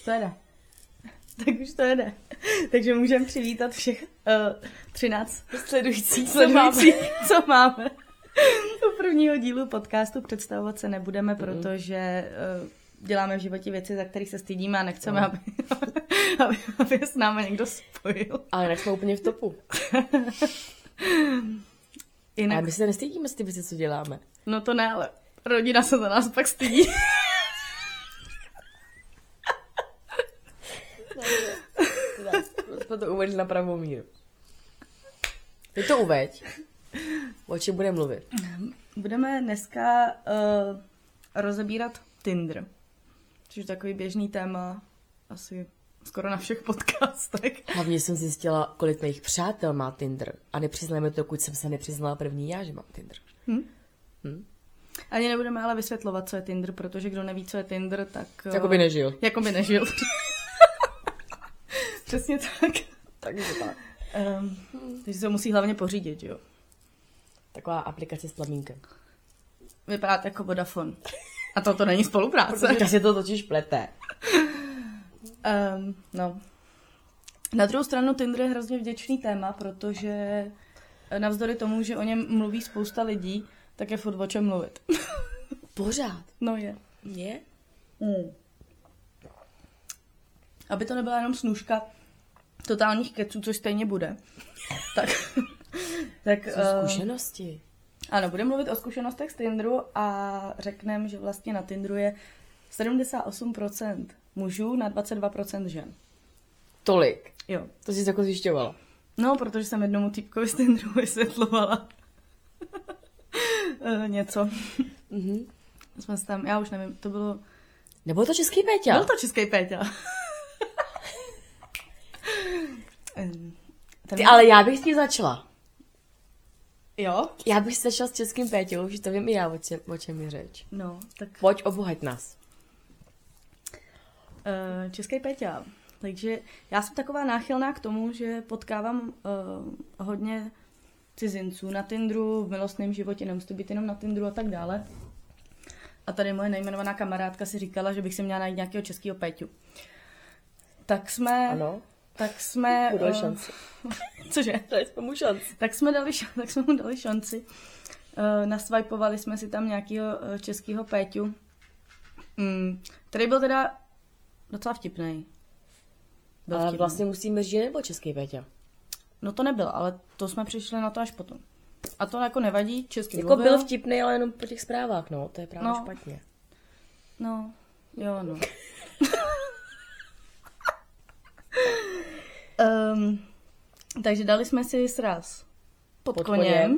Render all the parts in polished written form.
to jede. Tak už to jede. Takže můžeme přivítat všech 13 sledujících, co máme. U prvního dílu podcastu představovat se nebudeme, protože děláme v životě věci, za kterých se stydíme a nechceme, aby s námi někdo spojil. Ale jinak jsme úplně v topu. Jinak... Ale my se nestydíme z ty věci, co děláme. No to ne, ale rodina se za nás pak stydí. Jsme to uvedli na pravou míru. Ty to uveď. O čem budeme mluvit? Budeme dneska rozebírat Tinder. Což je takový běžný téma asi skoro na všech podcastech. Hlavně jsem zjistila, kolik mých přátel má Tinder. A nepřiznajme to, dokud jsem se nepřiznala první já, že mám Tinder. Ani nebudeme ale vysvětlovat, co je Tinder, protože kdo neví, co je Tinder, tak... Jakoby nežil. Jakoby nežil. Přesně tak. Takže tak. Takže se ho musí hlavně pořídit, jo. Taková aplikace s plamínkem. Vypadá to jako Vodafone. A to není spolupráce. Protože si to totiž plete. No. Na druhou stranu Tinder je hrozně vděčný téma, protože navzdory tomu, že o něm mluví spousta lidí, tak je furt o čem mluvit. Pořád. No je. Je? Aby to nebyla jenom snůška totálních keců, což stejně bude. tak Zkušenosti. Ano, budeme mluvit o zkušenostech z Tinderu a řekneme, že vlastně na Tinderu je 78% mužů na 22% žen. Tolik? Jo. To jsi jako zjišťovala? No, protože jsem jednomu týpkovi z Tinderu vysvětlovala něco. Jsme se tam, já už nevím, to bylo... Nebo to český Péťa? Byl to český Péťa. Ale já bych s tím začala. Jo? Já bych začala s českým Péťou, že to vím i já, o čem je řeč. No, tak... Pojď, obohať nás. Český Péťa. Takže já jsem taková náchylná k tomu, že potkávám hodně cizinců na Tinderu, v milostném životě, nemusí to být jenom na Tinderu a tak dále. A tady moje nejmenovaná kamarádka si říkala, že bych si měla najít nějakého českého Péťu. Tak jsme... Ano. Tak jsme... Mu dali šanci. Cože? Dali jsme mu šanci. Tak jsme mu dali šanci. Naswipovali jsme si tam nějakého českého Péťu, který byl teda docela vtipnej. Ale vlastně musíme říct, že nebyl český Péťa. No to nebyl, ale to jsme přišli na to až potom. A to jako nevadí, český jako mluvil. Byl vtipný, ale jenom po těch zprávách, no. To je právě špatně. No, jo, no. Takže dali jsme si sraz pod koněm.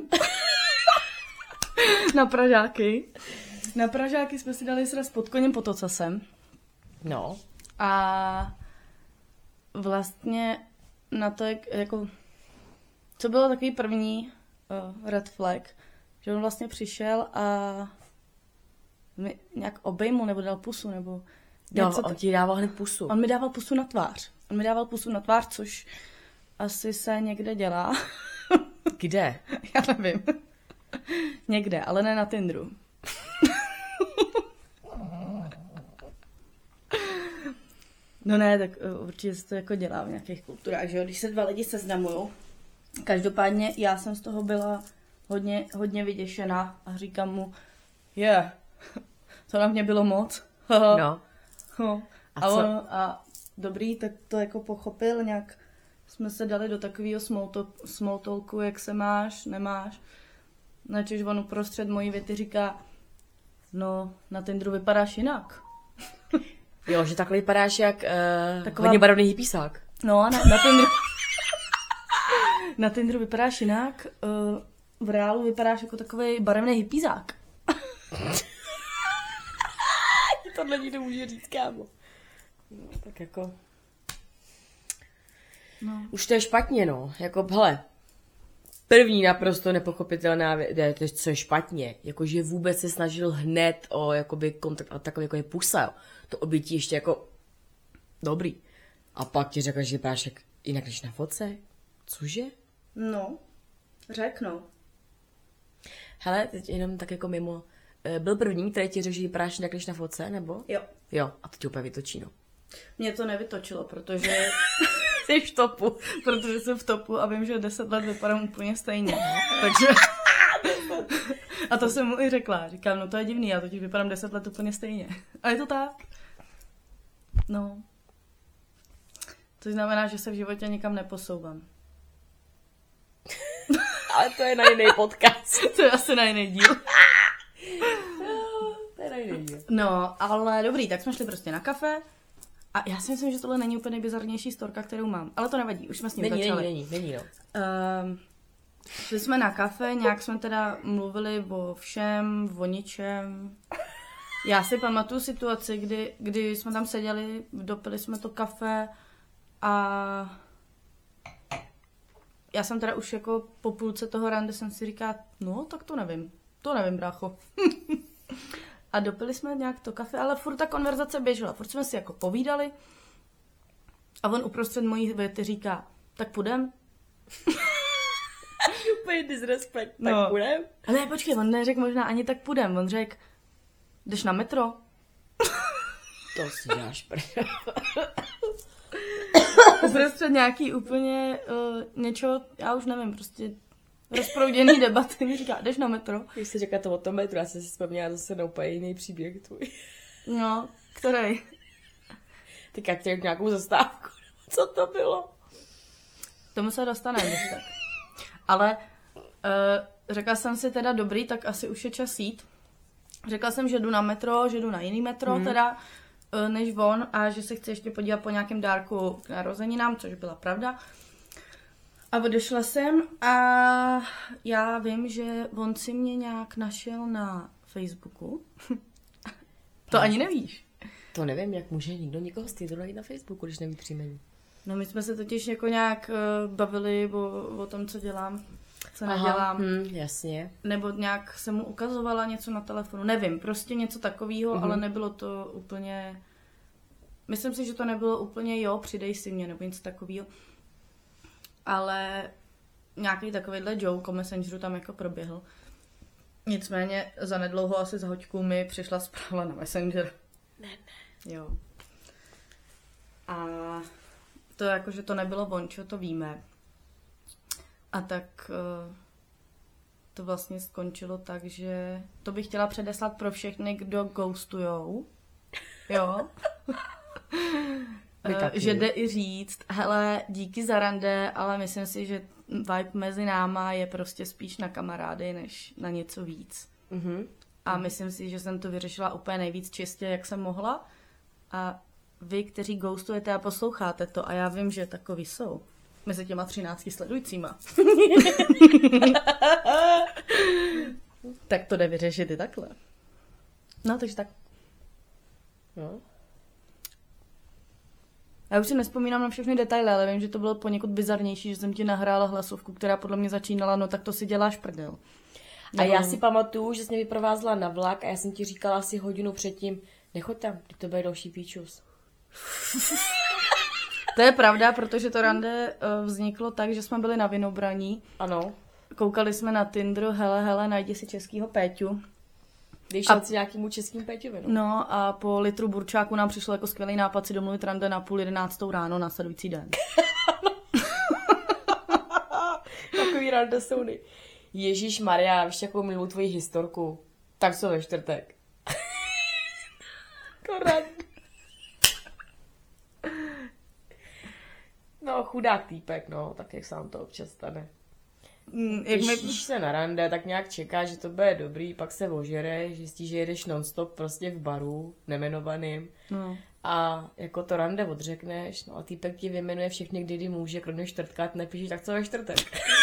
Na Pražáky. Na Pražáky jsme si dali sraz pod koněm pod ocasem. No. A vlastně na to, jako... Co bylo takový první red flag, že on vlastně přišel a mi nějak obejmul, nebo dal pusu, nebo... On ti dával hned pusu. On mi dával pusu na tvář. Což asi se někde dělá. Kde? Já nevím. Někde, ale ne na Tinderu. No ne, tak určitě se to jako dělá v nějakých kulturách, že jo? Když se dva lidi seznamujou. Každopádně já jsem z toho byla hodně vyděšená a říkám mu, to na mě bylo moc. No. A dobrý, tak to jako pochopil nějak. Jsme se dali do takového small talku, jak se máš, nemáš. Načež on uprostřed mojí věty říká, no, na Tinderu vypadáš jinak. Jo, že takhle vypadáš jak hodně barevný hypísák. No, na Tinderu vypadáš jinak, v reálu vypadáš jako takový barevný hypízák. Tohle nikdo může říct, kámo. No, tak jako... No. Už to je špatně, no. Jako, hele, první naprosto nepochopitelná věc, co je špatně. Jakože vůbec se snažil hned o jakoby kontakt a takový jako je pusa, jo. To obytí ještě jako dobrý. A pak ti řekl, že vypadáš jinak než na fotce. Cože? No, řeknu. Hele, teď jenom tak jako mimo. Byl první, který ti řekl, že vypadáš jinak než na fotce, nebo? Jo. Jo, a to tě úplně vytočí, no. Mě to nevytočilo, protože jsi v topu. Protože jsem v topu a vím, že 10 let vypadám úplně stejně. Takže... A to jsem mu i řekla. Říkám, no to je divný, já totiž vypadám 10 let úplně stejně. A je to tak. No. Což znamená, že se v životě nikam neposouvám. Ale to je na jiný podcast. To je asi na jiný díl. To je na jiný díl. No, ale dobrý, tak jsme šli prostě na kafe. A já si myslím, že tohle není úplně nejbizarnější storka, kterou mám. Ale to nevadí, už jsme s ním začali. Není, no. Šli jsme na kafe, nějak jsme teda mluvili o všem, o ničem. Já si pamatuju situaci, kdy jsme tam seděli, dopili jsme to kafe a já jsem teda už jako po půlce toho rande jsem si říká, no tak to nevím, brácho. A dopili jsme nějak to kafe, ale furt ta konverzace běžela, furt jsme si jako povídali a on uprostřed mojí věty říká, tak půjdem? Úplně disrespekt, tak No. půjdem? Ale ne, počkej, on neřekl možná ani tak půjdem, on řekl, jdeš na metro? To si děláš prdel. Uprostřed nějaký úplně něčeho, já už nevím, prostě rozprouděný debaty, mi říká, jdeš na metro? Když jsi řekla to o tom metru, já jsem si vzpomněla zase na úplně jiný příběh tvůj. No, který? Teď jak chtěl nějakou zastávku. Co to bylo? K tomu se dostaneme, když tak. Ale řekla jsem si teda dobrý, tak asi už je čas jít. Řekla jsem, že jdu na metro, že jdu na jiný metro teda, než on a že se chci ještě podívat po nějakém dárku k narozeninám, což byla pravda. A odešla jsem a já vím, že on si mě nějak našel na Facebooku. To ani nevíš. To nevím, jak může někdo někoho stejdu najít na Facebooku, když neví příjmení. No my jsme se totiž jako nějak bavili o tom, co dělám, co nedělám. Jasně. Nebo nějak jsem mu ukazovala něco na telefonu, nevím, prostě něco takového, ale nebylo to úplně... Myslím si, že to nebylo úplně jo, přidej si mě, nebo něco takového. Ale nějaký takovýhle joke o Messengeru tam jako proběhl. Nicméně zanedlouho, asi za hoďku mi přišla zpráva na Messenger. Ne. Jo. A to jako, že to nebylo vončo, to víme. A tak to vlastně skončilo tak, že to bych chtěla předeslat pro všechny, kdo ghostujou. Jo. Že jde i říct, hele, díky za rande, ale myslím si, že vibe mezi náma je prostě spíš na kamarády, než na něco víc. A myslím si, že jsem to vyřešila úplně nejvíc čistě, jak jsem mohla. A vy, kteří ghostujete a posloucháte to, a já vím, že takový jsou, mezi těma 13 sledujícíma, tak to jde vyřešit i takhle. No, takže tak. No. Já už si nespomínám na všechny detaily, ale vím, že to bylo poněkud bizarnější, že jsem ti nahrála hlasovku, která podle mě začínala, no tak to si děláš prdel. A já si pamatuju, že jsi mě vyprovázela na vlak a já jsem ti říkala asi hodinu předtím, nechoď tam, teď to bude další píčus. To je pravda, protože to rande vzniklo tak, že jsme byli na Vinobraní. Ano. Koukali jsme na Tinderu, hele, najdi si českýho Péťu. Když šel si nějakýmu českým Péťovi, no. No a po litru burčáku nám přišlo jako skvělý nápad si domluvit rande na 10:30 ráno následující den. Takový rande souny. Ježíš Maria, víš, jakou miluji tvoji historku. Tak co ve čtvrtek. Korát. No, chudák týpek, no, tak jak se nám to občas stane. Když se na rande, tak nějak čeká, že to bude dobrý, pak se ožere, zjistí, že jedeš non-stop prostě v baru, nemenovaným. No. A jako to rande odřekneš, no a týpek ti vyjmenuje všechny, kdy může, kromě čtvrtka, nepíšeš, tak co ve čtvrtek.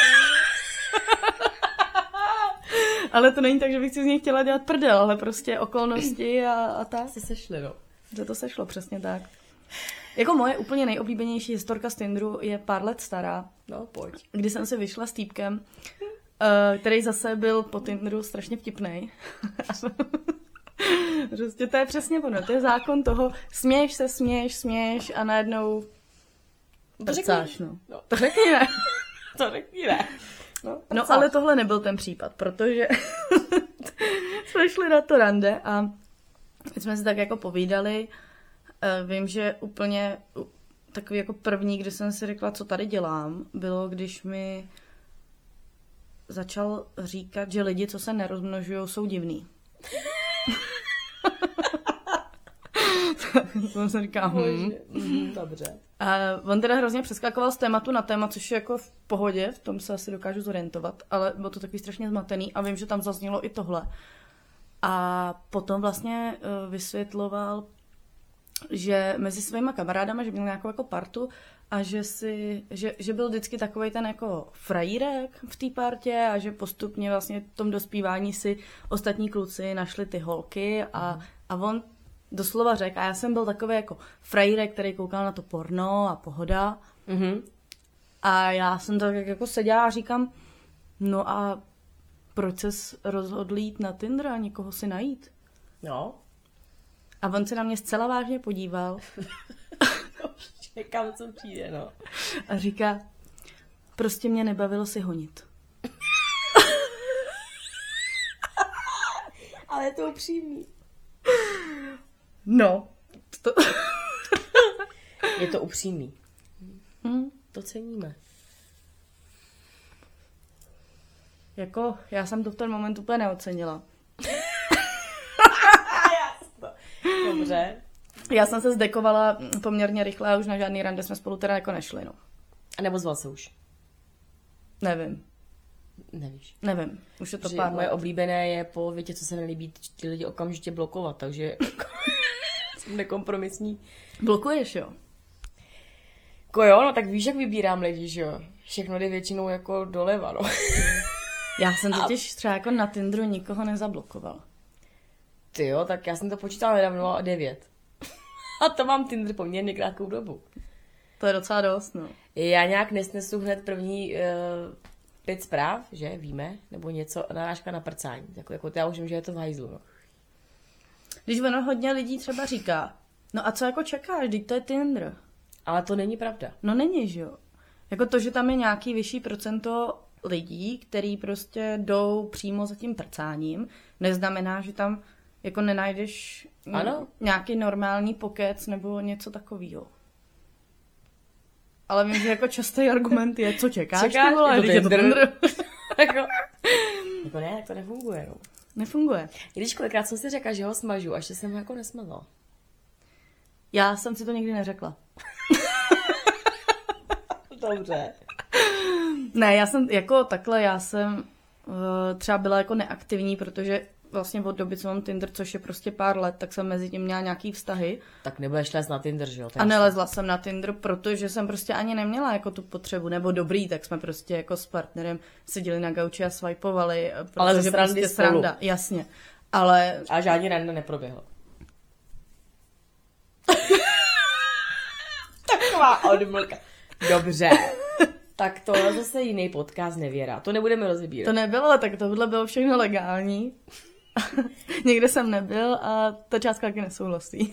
Ale to není tak, že bych si z něj chtěla dělat prdel, ale prostě okolnosti a tak. Se sešli, no. Že to sešlo, přesně tak. Jako moje úplně nejoblíbenější historka z Tinderu je pár let stará. No, pojď. Kdy jsem se vyšla s týpkem, který zase byl po Tinderu strašně vtipnej. Prostě to je přesně ono, to je zákon toho, směješ a najednou brcáš, no. To řekni ne. To řekni ne. No, ale tohle nebyl ten případ, protože jsme šli na to rande a jsme si tak jako povídali Vím, že úplně takový jako první, kdy jsem si řekla, co tady dělám, bylo, když mi začal říkat, že lidi, co se nerozmnožují, jsou divný. To jsem říkala, Dobře. A on teda hrozně přeskakoval z tématu na téma, což je jako v pohodě, v tom se asi dokážu zorientovat, ale bylo to takový strašně zmatený a vím, že tam zaznělo i tohle. A potom vlastně vysvětloval, že mezi svýma kamarádama, že měl nějakou jako partu a že byl vždycky takovej ten jako frajírek v té partě a že postupně vlastně v tom dospívání si ostatní kluci našli ty holky a on doslova řekl, a já jsem byl takový jako frajírek, který koukal na to porno a pohoda. Mm-hmm. A já jsem tak jako seděla a říkám, no a proč ses rozhodl jít na Tinder a někoho si najít? No. A on se na mě zcela vážně podíval. Čekám, co přijde, no. A říká, prostě mě nebavilo si honit. Ale je to upřímný. No. Je to upřímný. To ceníme. Jako, já jsem to v ten moment úplně neocenila. Dobře. Já jsem se zdekovala poměrně rychle a už na žádný rande jsme spolu teda jako nešli, no. A nebo zval se už? Nevím. Nevíš. Nevím. Už je to Protože pár moje let. oblíbené je po větě, co se nelíbí, ty lidi okamžitě blokovat, takže jsem nekompromisní. Blokuješ, jo? Jako jo, no tak víš, jak vybírám lidi, že jo? Všechno jde většinou jako doleva, no. Já jsem totiž třeba jako na Tinderu nikoho nezablokovala. Ty jo, tak já jsem to počítala nedávno 9. A to mám Tinder poměrně krátkou dobu. To je docela dost, no. Já nějak nesnesu hned první 5 zpráv, že víme, nebo něco, narážka na prcání. Jako já už vím, že je to v hajzlu, no. Když ono hodně lidí třeba říká, no a co jako čekáš, teď to je Tinder. Ale to není pravda. No není, že jo. Jako to, že tam je nějaký vyšší procento lidí, který prostě jdou přímo za tím prcáním, neznamená, že tam jako nenajdeš nějaký normální pokec nebo něco takového. Ale vím, že jako častý argument je, co čekáš, ty vole, je to Tinder. Jako ne, tak to nefunguje, no. Nefunguje. I když kolikrát jsem si řekla, že ho smažu, a ještě jsem ho jako nesmazala. Já jsem si to nikdy neřekla. Dobře. Ne, já jsem jako takhle, já jsem třeba byla jako neaktivní, protože vlastně od doby, co mám Tinder, což je prostě pár let, tak jsem mezi tím měla nějaký vztahy. Tak nebudeš lézt na Tinder, že jo? A nelezla jsem na Tinder, protože jsem prostě ani neměla jako tu potřebu, nebo dobrý, tak jsme prostě jako s partnerem seděli na gauči a swipovali. Ale ze srandy prostě spolu. sranda, jasně. Ale... A žádný rande neproběhlo. Taková odmlka. Dobře. Tak to je zase jiný podcast, Nevěra. To nebudeme rozebírat. To nebylo, ale tak tohle bylo všechno legální. Někde jsem nebyl a ta částka taky nesouhlasí.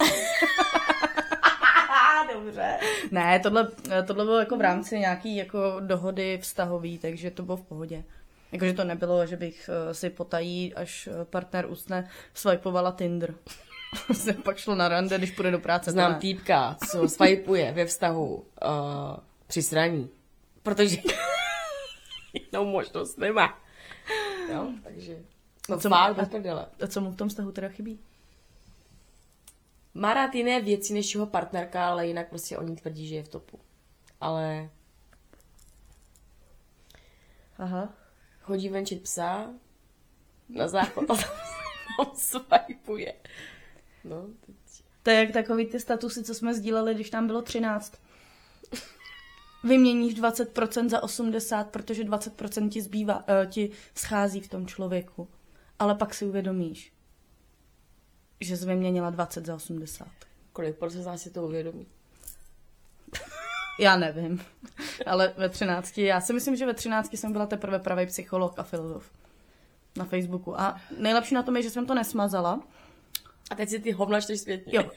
Dobře. Ne, tohle bylo jako v rámci nějaký jako dohody vztahový, takže to bylo v pohodě. Jakože to nebylo, že bych si potají, až partner usne, swipovala Tinder. Se pak šlo na rande, když půjde do práce. Znám týpka, co swipuje ve vztahu při sraní. Protože jinou možnost nemá. Jo, takže... No co má bez prdele. A co mu v tom vztahu teda chybí? Má rád jiné věci než jeho partnerka, ale jinak prostě oni tvrdí, že je v topu. Ale... Aha. Chodí venčit psa na záchod a tam swipuje. No, teď... To je jak takový ty statusy, co jsme sdíleli, když nám bylo 13. Vyměníš 20% za 80%, protože 20% ti zbývá, ti schází v tom člověku. Ale pak si uvědomíš, že jsi vyměnila 20 za 80. Kolik procent z nás si to uvědomí? Já nevím, ale ve 13, já si myslím, že ve 13 jsem byla teprve pravý psycholog a filozof na Facebooku. A nejlepší na tom je, že jsem to nesmazala. A teď si ty hovna čteš zpětně. Jo.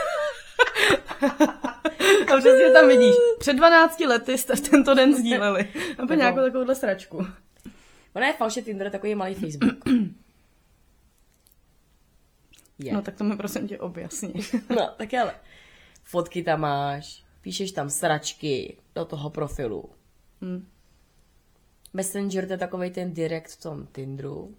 A přesně tam vidíš. Před 12 lety jste tento den sdíleli. Nebo nějakou takovouhle sračku. Ona je falše Tinder, takový malý Facebook. No tak to mi prosím tě objasni. No, tak ale. fotky tam máš, píšeš tam sračky do toho profilu. Messenger to je takovej ten direct v tom Tinderu.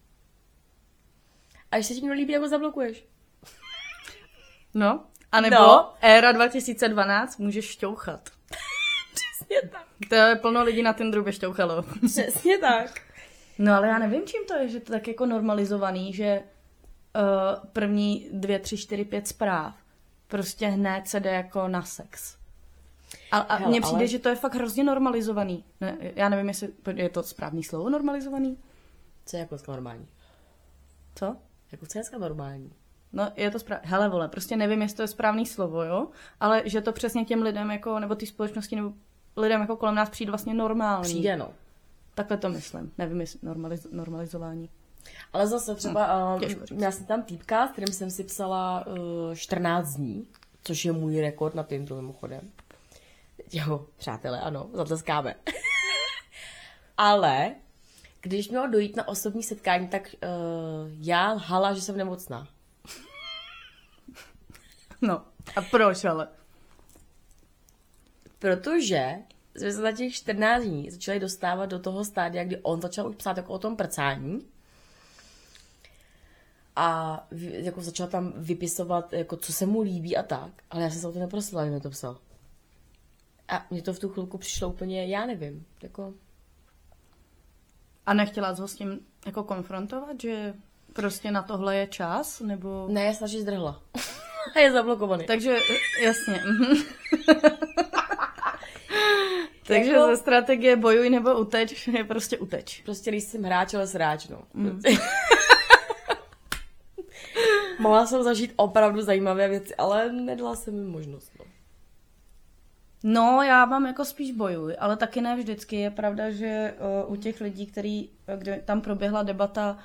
A když se ti to líbí, jako zablokuješ. No, anebo éra 2012 můžeš šťouchat. Přesně tak. To je plno lidí na Tinderu by šťouchalo. Přesně tak. No ale já nevím, čím to je, že to tak jako normalizovaný, že první 2, 3, 4, 5 zpráv prostě hned se jde jako na sex. A mně přijde, že to je fakt hrozně normalizovaný. Ne, já nevím, jestli je to správný slovo normalizovaný. Co je jako normální? Co? Jako co je normální? No, je to správný. Hele, vole, prostě nevím, jestli to je správný slovo, jo? Ale že to přesně těm lidem, jako, nebo té společnosti, nebo lidem jako kolem nás přijde vlastně normální. Přijde, no. Takhle to myslím. Nevím, jestli normalizování. Ale zase třeba, já jsem tam týpka, s kterým jsem si psala 14 dní, což je můj rekord na Tinderu mimochodem. Jo, přátelé, ano, zatleskáme. Ale když mělo dojít na osobní setkání, tak já lhala, že jsem nemocná. No, a proč ale? Protože jsme se za těch 14 dní začali dostávat do toho stádia, kdy on začal už psát jako o tom prcání. A jako začal tam vypisovat, jako, co se mu líbí a tak. Ale já jsem se o to neprosila, když mi to psal. A mně to v tu chvilku přišlo úplně, já nevím. Jako... A nechtěla jsi ho s tím jako konfrontovat, že prostě na tohle je čas, nebo... Ne, já se radši zdrhla. A je zablokovaný. Takže, jasně. Takže jako... ze strategie bojuj nebo uteč je prostě uteč. Prostě když jsem hráč, ale sráč, no. Mohla jsem zažít opravdu zajímavé věci, ale nedala jsem mi možnost, no. No, já mám jako spíš bojuj, ale taky ne vždycky. Je pravda, že u těch lidí, kde tam proběhla debata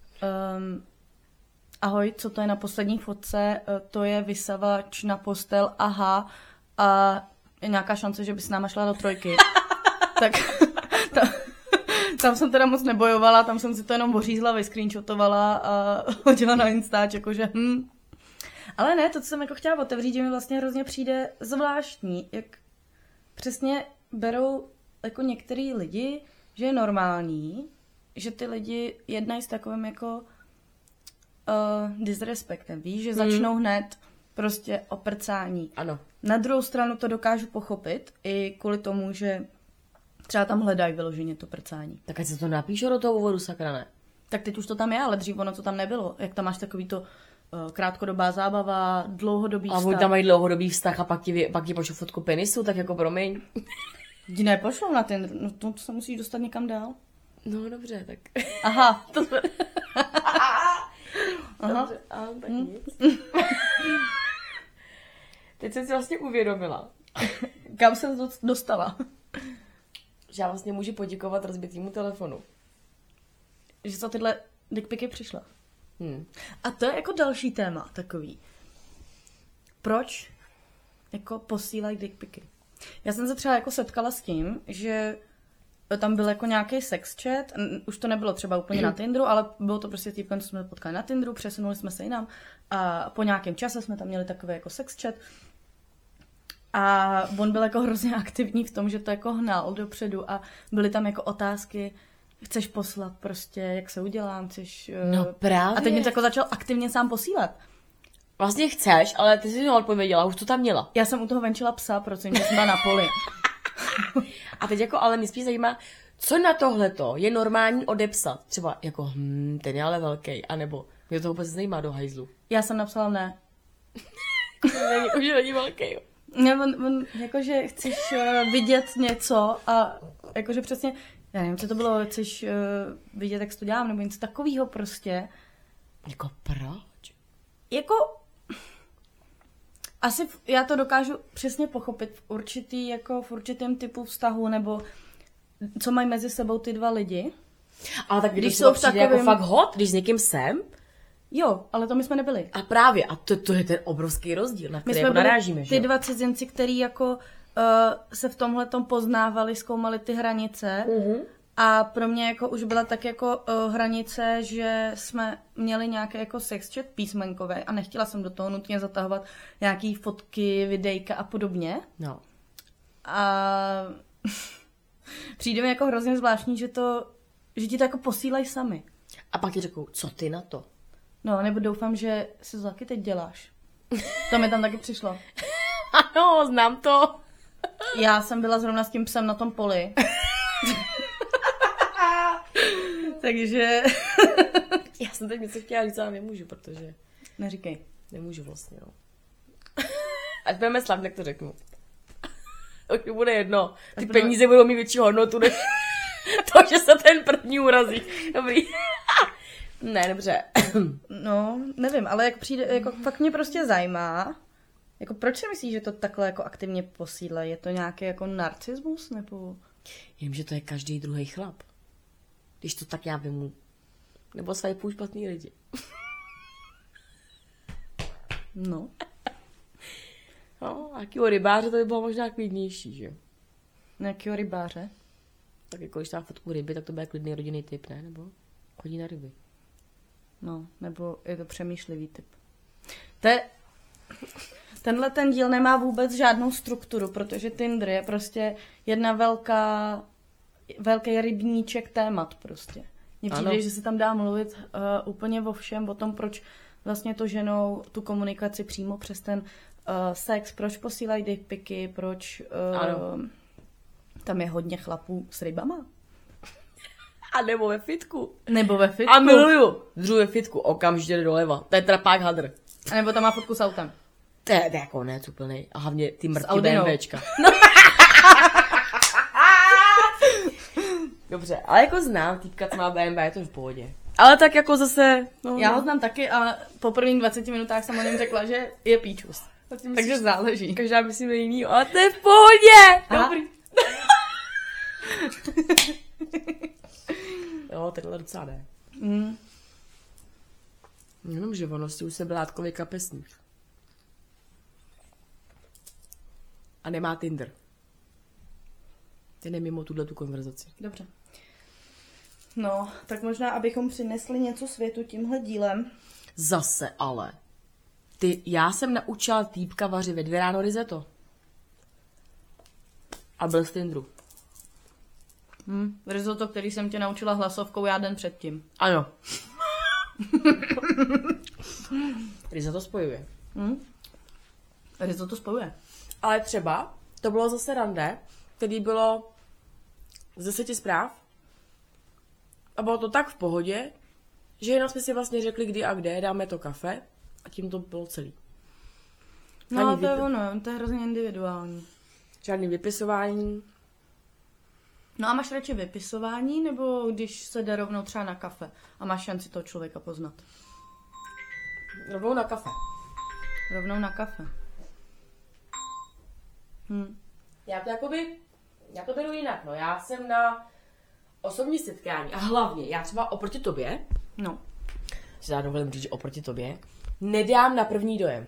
ahoj, co to je na poslední fotce, to je vysavač na postel, aha, a je nějaká šance, že by s náma šla do trojky. Tak tam jsem teda moc nebojovala, tam jsem si to jenom ořízla, vyscreenshotovala a hodila na Instač, jakože Ale ne, to, co jsem jako chtěla otevřít, že mi vlastně hrozně přijde zvláštní, jak přesně berou jako některý lidi, že je normální, že ty lidi jednají s takovým jako disrespektem, víš, že začnou hned prostě o prcání. Ano. Na druhou stranu to dokážu pochopit i kvůli tomu, že třeba tam hledají vyloženě to prcání. Tak ať se to napíše do toho úvodu, sakra, ne? Tak teď už to tam je, ale dřív ono to tam nebylo. Jak tam máš takový to krátkodobá zábava, dlouhodobý vztah. A oni tam mají dlouhodobý vztah a pak ti pošlu fotku penisu, tak jako promiň. Ti nepošlou na ten, no to se musíš dostat někam dál. No dobře, tak. Aha. Dobře, tak nic. Teď jsem si vlastně uvědomila. Kam se dostala? Že já vlastně můžu poděkovat rozbitýmu telefonu. Že za tyhle dickpiky přišla. A to je jako další téma takový. Proč jako posílají dickpiky? Já jsem se třeba jako setkala s tím, že tam byl jako nějaký sex chat, už to nebylo třeba úplně na Tinderu, ale bylo to prostě týpkem, co jsme potkali na Tinderu, přesunuli jsme se jinam a po nějakém čase jsme tam měli takový jako sex chat a on byl jako hrozně aktivní v tom, že to jako hnal dopředu a byly tam jako otázky, chceš poslat prostě, jak se udělám, chceš... No právě. A teď mi to jako začal aktivně sám posílat. Vlastně chceš, ale ty jsi mi odpověděla, už to tam měla. Já jsem u toho venčila psa, protože jsem byla na poli. A teď jako, ale mě spíš zajímá, co na tohleto je normální odepsat. Třeba jako, ten je ale velký, anebo mě to vůbec zajímá do hajzlu. Já jsem napsala ne. Že není velký, jo. Ne, on jakože chceš vidět něco a jakože přesně, já nevím, co to bylo, chceš vidět, jak to dělám, nebo něco takového prostě. Jako proč? Jako, asi já to dokážu přesně pochopit v určitém typu vztahu, nebo co mají mezi sebou ty dva lidi. Ale tak když jsou přijde takovým... jako fakt hot, když s někým jsem. Jo, ale to my jsme nebyli. A právě, a to je ten obrovský rozdíl, na který jako narážíme. Ty dva cizinci, který jako se v tomhletom poznávali, zkoumali ty hranice A pro mě jako už byla tak jako hranice, že jsme měli nějaký jako sex chat písmenkové a nechtěla jsem do toho nutně zatahovat nějaký fotky, videjka a podobně. No. A přijde mi jako hrozně zvláštní, že ti to jako posílají sami. A pak ti řeknou, co ty na to? No, nebo doufám, že si to taky teď děláš. To mi tam taky přišlo. Ano, znám to. Já jsem byla zrovna s tím psem na tom poli. Takže... Já jsem teď něco chtěla říct, ale nemůžu, protože... Neříkej. Nemůžu vlastně, no. Ať budeme slavit, jak to řeknu. Už bude jedno. Ty peníze budou mít větší hodnotu, než to, že se ten první urazí. Dobrý. Ne, dobře. No, nevím, ale jak přijde, jako fakt mě prostě zajímá, jako proč si myslíš, že to takhle jako aktivně posílají? Je to nějaký jako narcismus, nebo... Vím, že to je každý druhý chlap. Když to tak já vemu. Nebo svajpují špatný lidi. No. No, jakýho rybáře to by bylo možná klidnější, že? Nějakýho rybáře? Tak jako když dá fotku ryby, tak to bude klidný rodinný typ, ne? Nebo chodí na ryby. No, nebo je to přemýšlivý typ. Tenhle ten díl nemá vůbec žádnou strukturu, protože Tinder je prostě jedna velký rybníček témat prostě. Mně přijde, že se tam dá mluvit úplně o všem, o tom, proč vlastně to ženou tu komunikaci přímo přes ten sex, proč posílají dickpiky, proč tam je hodně chlapů s rybama. A nebo ve fitku. A miluju. Druhé fitku, okamžitě jde doleva. To je trapák hadr. A nebo tam má fotku s autem. To je jako ne, úplnej. A hlavně ty mrtví BMWčka. Dobře, ale jako znám týpka, co má BMW, je to v pohodě. Ale tak jako zase... No, já ho znám taky a po prvních 20 minutách jsem o něm řekla, že je píčus. Takže záleží. Každá myslíme jiný, ale to je v pohodě. Aha. Dobrý. Jo, tenhle docela jde. Jenom, že ono si už se blátkový kapesník. A nemá Tinder. Ten je mimo tuto konverzaci. Dobře. No, tak možná, abychom přinesli něco světu tímhle dílem. Zase ale. Já jsem naučila týpka vařit ve 2 ráno risotto. A byl z Tinderu. Risotto, který jsem tě naučila hlasovkou já den předtím. Ano. Risotto spojuje. Risotto spojuje. Ale třeba to bylo zase rande, který bylo z 10 zpráv. A bylo to tak v pohodě, že jenom jsme si vlastně řekli, kdy a kde dáme to kafe a tím to bylo celý. No to je ono, to je hrozně individuální. Žádný vypisování. No a máš radši vypisování, nebo když se jde rovnou třeba na kafe a máš šanci toho člověka poznat? Rovnou na kafe. Rovnou na kafe. Já to beru jinak, no. Já jsem na osobní setkání a hlavně, já třeba oproti tobě, si já dovolím říct, že oproti tobě, nedám na první dojem.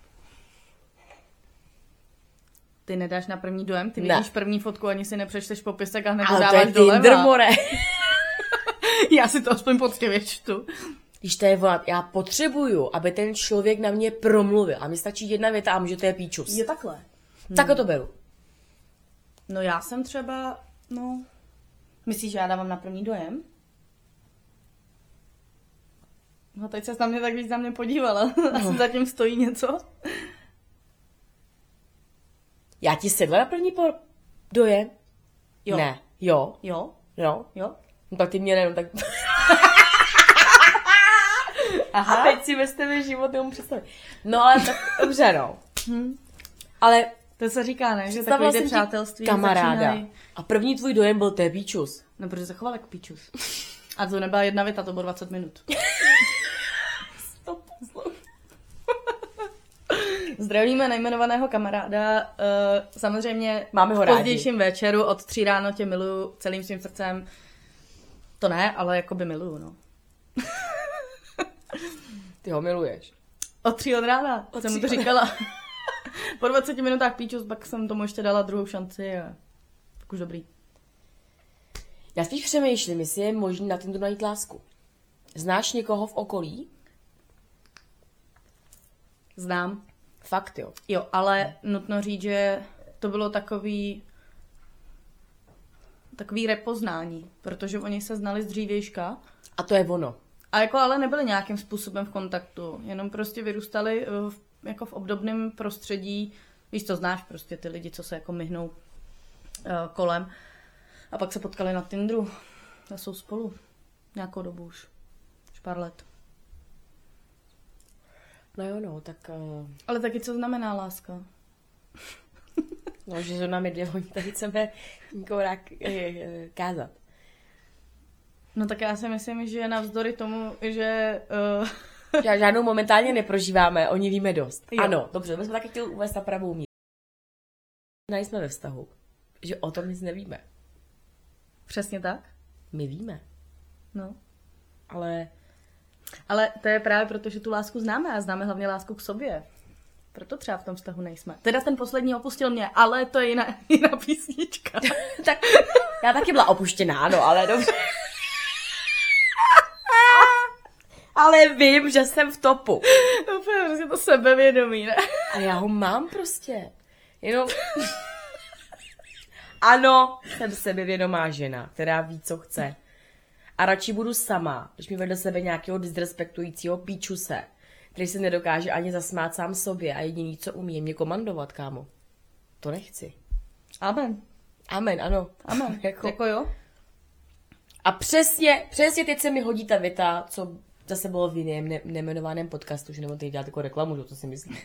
Ty nedáš na první dojem? Ty vidíš první fotku, ani si nepřečteš popisek a hned to dáváš doleva. Ale to je Tinder, more. Já si to aspoň poctivě čtu. Když to je volat, já potřebuju, aby ten člověk na mě promluvil. A mi stačí jedna věta a může to je píčus. Je takhle. Tak to beru. No já jsem třeba, myslíš, že já dávám na první dojem? No teď se na mě tak víc na mě podívala. Asi zatím stojí něco. Já ti sedla na první dojem? Jo. Ne. Jo. Jo. Jo. Jo. No tak ty mě nejenom tak... Aha. A teď si ve tebe život nemůžu představit. No ale tak dobře, no. Ale... To se říká, ne? Že takový ty přátelství kamaráda. začínají. A první tvůj dojem byl té píčus. No, protože se choval jako píčus. A to nebyla jedna věta, to bylo 20 minut. Zdravíme nejmenovaného kamaráda. Samozřejmě máme ho v pozdějším večeru od 3 ráno tě miluju celým svým srdcem. To ne, ale jakoby miluju, no. Ty ho miluješ. Od 3 od rána, jsem mu to říkala. Po 20 minutách píčus, pak jsem tomu ještě dala druhou šanci a tak už dobrý. Já spíš přemýšlím, jestli je možné na Tinderu najít lásku. Znáš někoho v okolí? Znám. Fakt, jo. Jo, ale nutno říct, že to bylo takový repoznání, protože oni se znali z dřívějška. A to je ono. A jako ale nebyli nějakým způsobem v kontaktu, jenom prostě vyrůstali jako v obdobném prostředí. Víš, co znáš prostě ty lidi, co se jako myhnou kolem. A pak se potkali na Tinderu a jsou spolu nějakou dobu už pár let. No jo, no, tak... Ale taky co znamená láska? No, že to nám je dvě, oni tady chceme někoho kázat. No tak já si myslím, že navzdory tomu, že... Žádnou momentálně neprožíváme, oni víme dost. Jo. Ano, dobře, my jsme taky chtěli uvést na pravou míru. Nejsme ve vztahu, že o tom nic nevíme. Přesně tak? My víme. No. Ale to je právě proto, že tu lásku známe a známe hlavně lásku k sobě. Proto třeba v tom vztahu nejsme. Teda ten poslední opustil mě, ale to je jiná písnička. Tak já taky byla opuštěná, ano, ale dobře. Ale vím, že jsem v topu. To je prostě to sebevědomí, ne? A já ho mám prostě. Jenom... Ano, jsem sebevědomá žena, která ví, co chce. A radši budu sama, když mi vedle sebe nějakého disrespektujícího píčuse, který se nedokáže ani zasmát sám sobě a jediný, co umí, je mě komandovat, kámo. To nechci. Amen. Amen, ano. Amen. Jako jo. A přesně teď se mi hodí ta věta, co zase bylo v jiném nejmenovaném podcastu, že nebo teď dělat jako reklamu, to si myslím.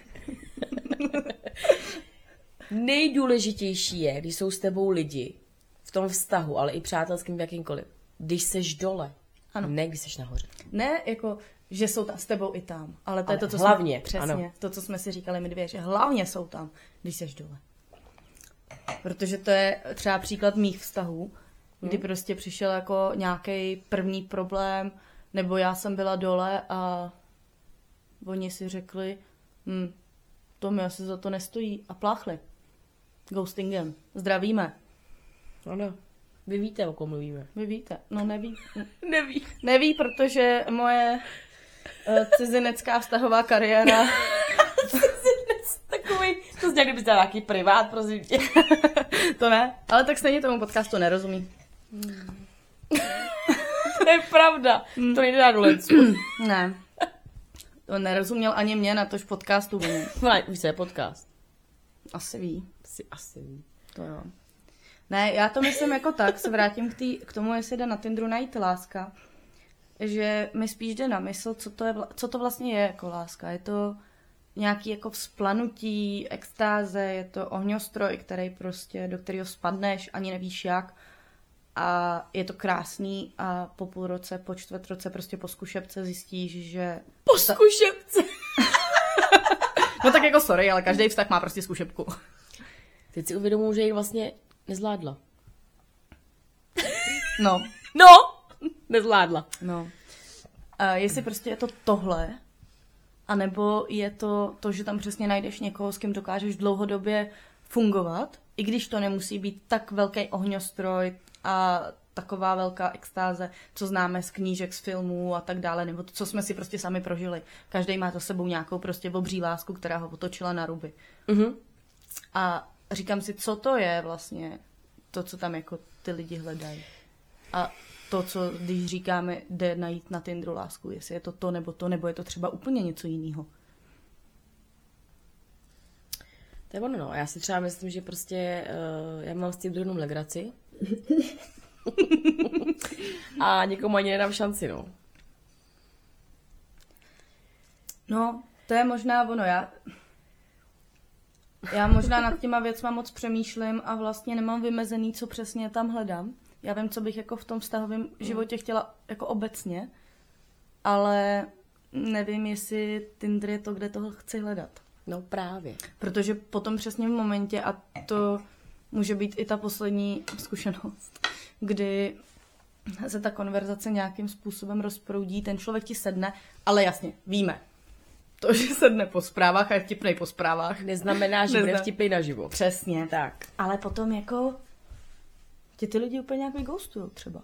Nejdůležitější je, když jsou s tebou lidi v tom vztahu, ale i přátelským jakýmkoliv, když seš dole, ano. Ne když seš nahoře. Ne jako, že jsou tam s tebou i tam, ale to je to, co hlavně, jsme, přesně, ano. To, co jsme si říkali my dvě, že hlavně jsou tam, když seš dole. Protože to je třeba příklad mých vztahů, kdy prostě přišel jako nějaký první problém, nebo já jsem byla dole a oni si řekli, to mi asi za to nestojí a pláchli. Ghostingem. Zdravíme. Ano. Vy víte, o kom mluvíme. Vy víte. No neví. Neví. Neví, protože moje cizinecká vztahová kariéra... Takový, to zní, kdybyste nějaký privát, prosím tě. To ne, ale tak stejně tomu podcastu nerozumí. To je pravda. To nejde dát do lecu. Ne. To nerozuměl ani mě, natož podcastu. Víš, co je podcast? Asi ví. Asi ví. To jo. Ne, já to myslím jako tak, se vrátím k tomu, jestli jde na Tinderu najít láska, že mi spíš jde na mysl, co to vlastně je jako láska. Je to nějaký jako vzplanutí, extáze, je to ohňostroj, který prostě, do kterého spadneš, ani nevíš jak. A je to krásný a po půl roce, po čtvrt roce, prostě po zkušebce zjistíš, že... Po zkušebce? No tak jako sorry, ale každý vztah má prostě zkušebku. Teď si uvědomuji, že ji vlastně nezvládla. No. Nezvládla. No. A jestli prostě je to tohle, anebo je to, že tam přesně najdeš někoho, s kým dokážeš dlouhodobě fungovat, i když to nemusí být tak velký ohňostroj a taková velká extáze, co známe z knížek, z filmů a tak dále, nebo to, co jsme si prostě sami prožili. Každý má to sebou nějakou prostě obří lásku, která ho otočila na ruby. Mhm. A říkám si, co to je vlastně to, co tam jako ty lidi hledají. A to, co když říkáme, jde najít na Tinderu lásku, jestli je to, nebo je to třeba úplně něco jiného. To je ono, no. Já si třeba myslím, že prostě já mám s tím druhou legraci. A nikomu ani nedám šanci, no. No, to je možná ono. Já možná nad těma věcma moc přemýšlím a vlastně nemám vymezený, co přesně tam hledám. Já vím, co bych jako v tom vztahovém životě chtěla jako obecně, ale nevím, jestli Tinder je to, kde toho chci hledat. No právě. Protože potom přesně v momentě, a to může být i ta poslední zkušenost, kdy se ta konverzace nějakým způsobem rozproudí, ten člověk ti sedne, ale jasně, víme. To, že sedne po zprávách a je vtipnej po zprávách. Neznamená, že bude vtipnej naživo. Přesně. Tak. Ale potom jako ty lidi úplně nějak vyghoustujou třeba.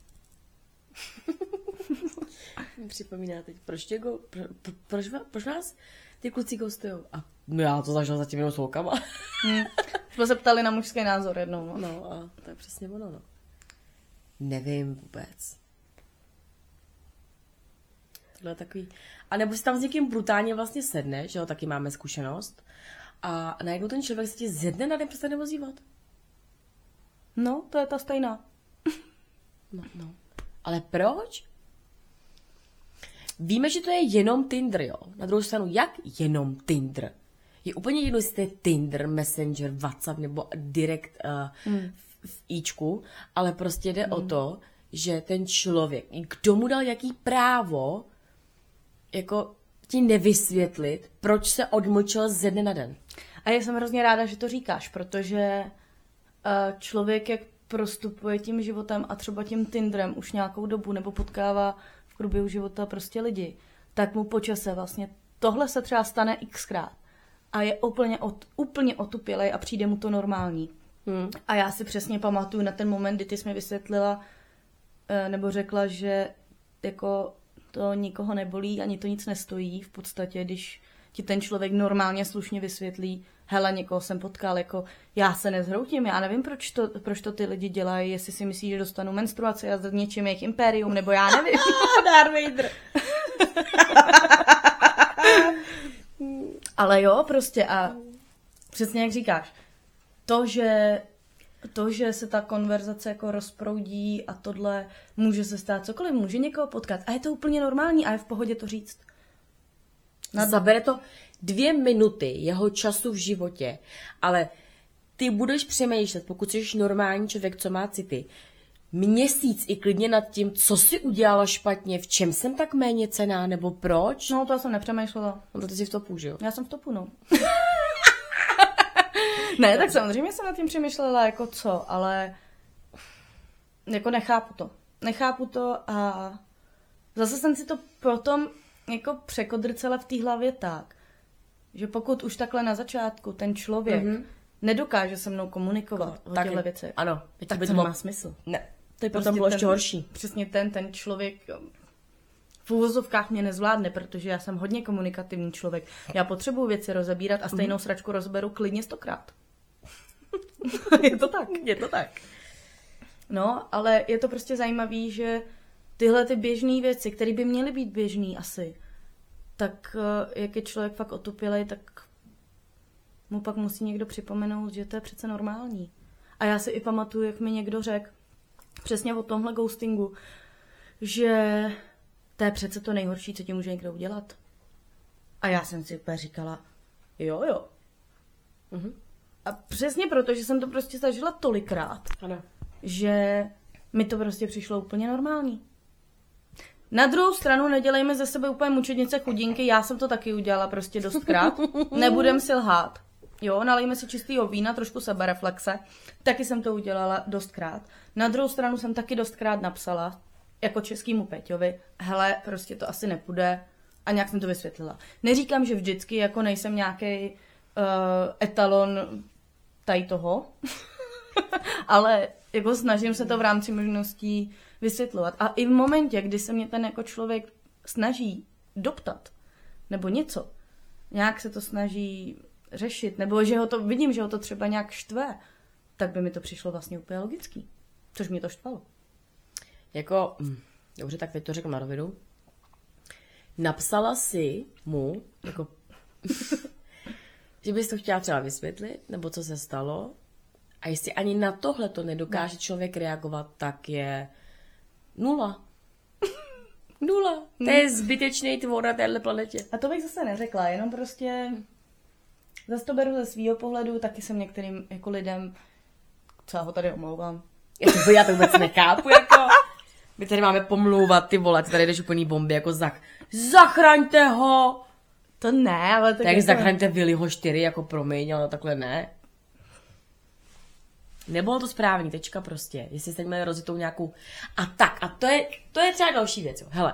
Připomíná teď, proč vás ty kluci ghostujou? A já to zažila zatím jenom s holkama. Jsme se ptali na mužský názor jednou. No. No a to je přesně ono, no. Nevím vůbec. Tohle je takový... A nebo si tam s někým brutálně vlastně sedne, že jo, taky máme zkušenost. A najednou ten člověk se ti ze dne na den přestane ozývat. No, to je ta stejná. No. Ale proč? Víme, že to je jenom Tinder, jo. Na druhou stranu, jak jenom Tinder? Je úplně jedno, jestli to je Tinder, Messenger, WhatsApp nebo direct v ičku, ale prostě jde o to, že ten člověk, kdo mu dal jaký právo, jako ti nevysvětlit, proč se odmlčel ze dne na den. A já jsem hrozně ráda, že to říkáš, protože člověk, jak prostupuje tím životem a třeba tím Tinderem už nějakou dobu nebo potkává v průběhu života prostě lidi, tak mu po čase vlastně tohle se třeba stane xkrát a je úplně otupělej a přijde mu to normální. A já si přesně pamatuju na ten moment, kdy ty jsi mi vysvětlila nebo řekla, že jako to nikoho nebolí, ani to nic nestojí v podstatě, když ti ten člověk normálně slušně vysvětlí, hele, někoho jsem potkal, jako já se nezhroutím, já nevím, proč to ty lidi dělají, jestli si myslí, že dostanu menstruaci a za něčím jejich impérium, nebo já nevím. Darth Vader. Ale jo, prostě a přesně jak říkáš, to, že se ta konverzace jako rozproudí a tohle může se stát cokoliv, může někoho potkat a je to úplně normální a je v pohodě to říct. Zabere to 2 minuty jeho času v životě, ale ty budeš přemýšlet, pokud jsi normální člověk, co má city, měsíc i klidně nad tím, co jsi udělala špatně, v čem jsem tak méně cenná, nebo proč. No, to jsem nepřemýšlela. No, ty jsi v topu, že jo? Já jsem v topu, no. Ne, tak samozřejmě jsem nad tím přemýšlela jako co, ale jako nechápu to a zase jsem si to potom jako překodrcela v té hlavě tak, že pokud už takhle na začátku ten člověk nedokáže se mnou komunikovat o těchto věcech, ano, tak to nemá smysl. Ne, to je potom prostě bylo ještě horší. Přesně ten člověk v úvozovkách mě nezvládne, protože já jsem hodně komunikativní člověk. Já potřebuji věci rozebírat a stejnou sračku rozberu klidně 100krát. Je to tak. No, ale je to prostě zajímavý, že tyhle ty běžné věci, které by měly být běžný asi, tak jak je člověk fakt otupělej, tak mu pak musí někdo připomenout, že to je přece normální. A já si i pamatuju, jak mi někdo řekl přesně o tomhle ghostingu, že to je přece to nejhorší, co ti může někdo udělat. A já jsem si úplně říkala, jo. A přesně proto, že jsem to prostě zažila tolikrát, ano, že mi to prostě přišlo úplně normální. Na druhou stranu nedělejme ze sebe úplně mučednice chudinky, já jsem to taky udělala prostě dostkrát, nebudem si lhát. Jo, nalejme si čistýho vína, trošku sebereflexe, taky jsem to udělala dostkrát. Na druhou stranu jsem taky dostkrát napsala, jako českýmu Peťovi, hele, prostě to asi nepůjde a nějak jsem to vysvětlila. Neříkám, že vždycky jako nejsem nějaký etalon tady toho, ale jako snažím se to v rámci možností vysvětlovat. A i v momentě, kdy se mě ten jako člověk snaží doptat, nebo něco, nějak se to snaží řešit, nebo že vidím, že ho to třeba nějak štve, tak by mi to přišlo vlastně úplně logický. Což mě to štvalo. Jako, dobře, tak teď to řeknu na rovinu. Napsala si mu, jako, že bys to chtěla třeba vysvětlit, nebo co se stalo, a jestli ani na tohle to nedokáže člověk reagovat, tak je 0. 0. To je zbytečný tvor na téhle planetě. A to bych zase neřekla, jenom prostě zase to beru ze svýho pohledu, taky jsem některým jako lidem, co já ho tady omlouvám. Já to vůbec nechápu, jako. My tady máme pomlouvat, ty vole, ty tady jdeš úplný bomby, jako zachraňte ho! To ne, ale tak jako... zachraňte Willyho 4, jako promiň, ale takhle ne. Nebylo to správný, tečka prostě. Jestli jste měli rozjetou nějakou... A to je třeba další věc, jo. Hele.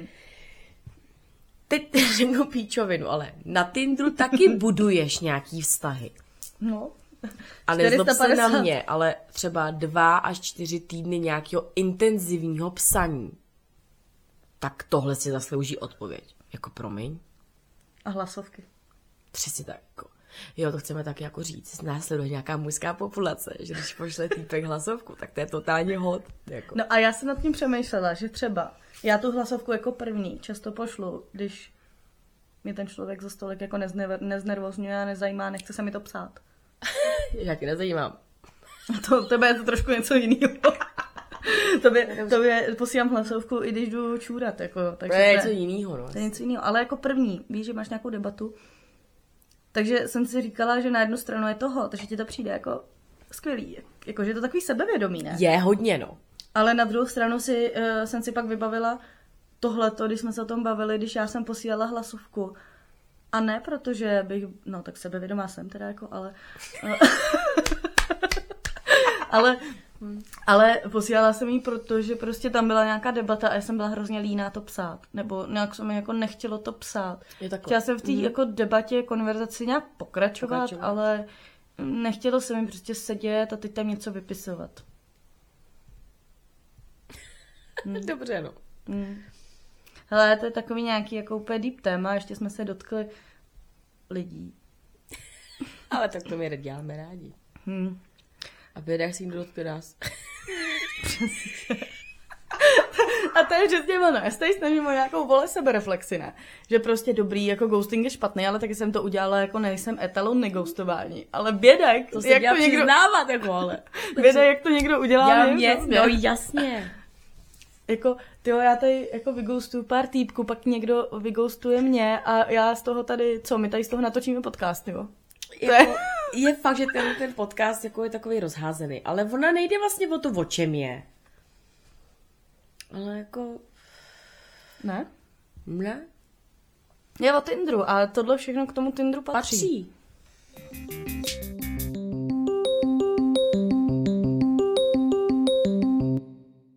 Teď řeknu píčovinu, ale na Tinderu taky buduješ nějaký vztahy. No, A nezlob se 450. na mě, ale třeba 2 až 4 týdny nějakého intenzivního psaní. Tak tohle si zaslouží odpověď. Jako promiň. A hlasovky. Přesně tak. Jako. Jo, to chceme tak jako říct. Následuje nějaká mužská populace, že když pošle týpek hlasovku, tak to je totálně hot. Jako. No a já jsem nad tím přemýšlela, že třeba já tu hlasovku jako první často pošlu, když mě ten člověk za stolik jako neznervozňuje a nezajímá, nechce se mi to psát. Já tě nezajímám. Tebe je to trošku něco jiného. Tobě posílám hlasovku, i když jdu čůrat. Jako, to je něco jiného. No. To je něco jiného, ale jako první, víš, že máš nějakou debatu. Takže jsem si říkala, že na jednu stranu je toho, takže ti to přijde jako skvělý. Jako, že je to takový sebevědomý, ne? Je hodně, no. Ale na druhou stranu jsem si pak vybavila tohleto, když jsme se o tom bavili, když já jsem posílala hlasovku. A ne protože bych, no tak sebevědomá jsem teda jako, ale posílala jsem jí, protože prostě tam byla nějaká debata a já jsem byla hrozně líná to psát. Nebo nějak se mi jako nechtělo to psát. Chtěla jsem v té jako debatě, konverzaci nějak pokračovat, ale nechtělo se mi prostě sedět a teď tam něco vypisovat. Dobře, no. Hele, to je takový nějaký jako úplně deep téma, ještě jsme se dotkli lidí. Ale tak to my děláme rádi. A bědách si jim dotkli nás. A to je přesně ono. Já se tady snažím o nějakou vole sebereflexi, ne? Že prostě dobrý, jako ghosting je špatný, ale taky jsem to udělala, jako nejsem etalon neghostování. Ale bědek, to jak to někdo... přiznávat, jako ale. Bědek, jak to někdo udělá, no jasně. Jako, tyjo, já tady jako vyghostuju pár týpků, pak někdo vyghostuje mě a já z toho tady, my tady z toho natočíme podcast, jo? Jako, je fakt, že ten podcast jako je takový rozházený, ale ona nejde vlastně o to, o čem je. Ale jako... Ne? Ne? Je o Tinderu a tohle všechno k tomu Tinderu patří.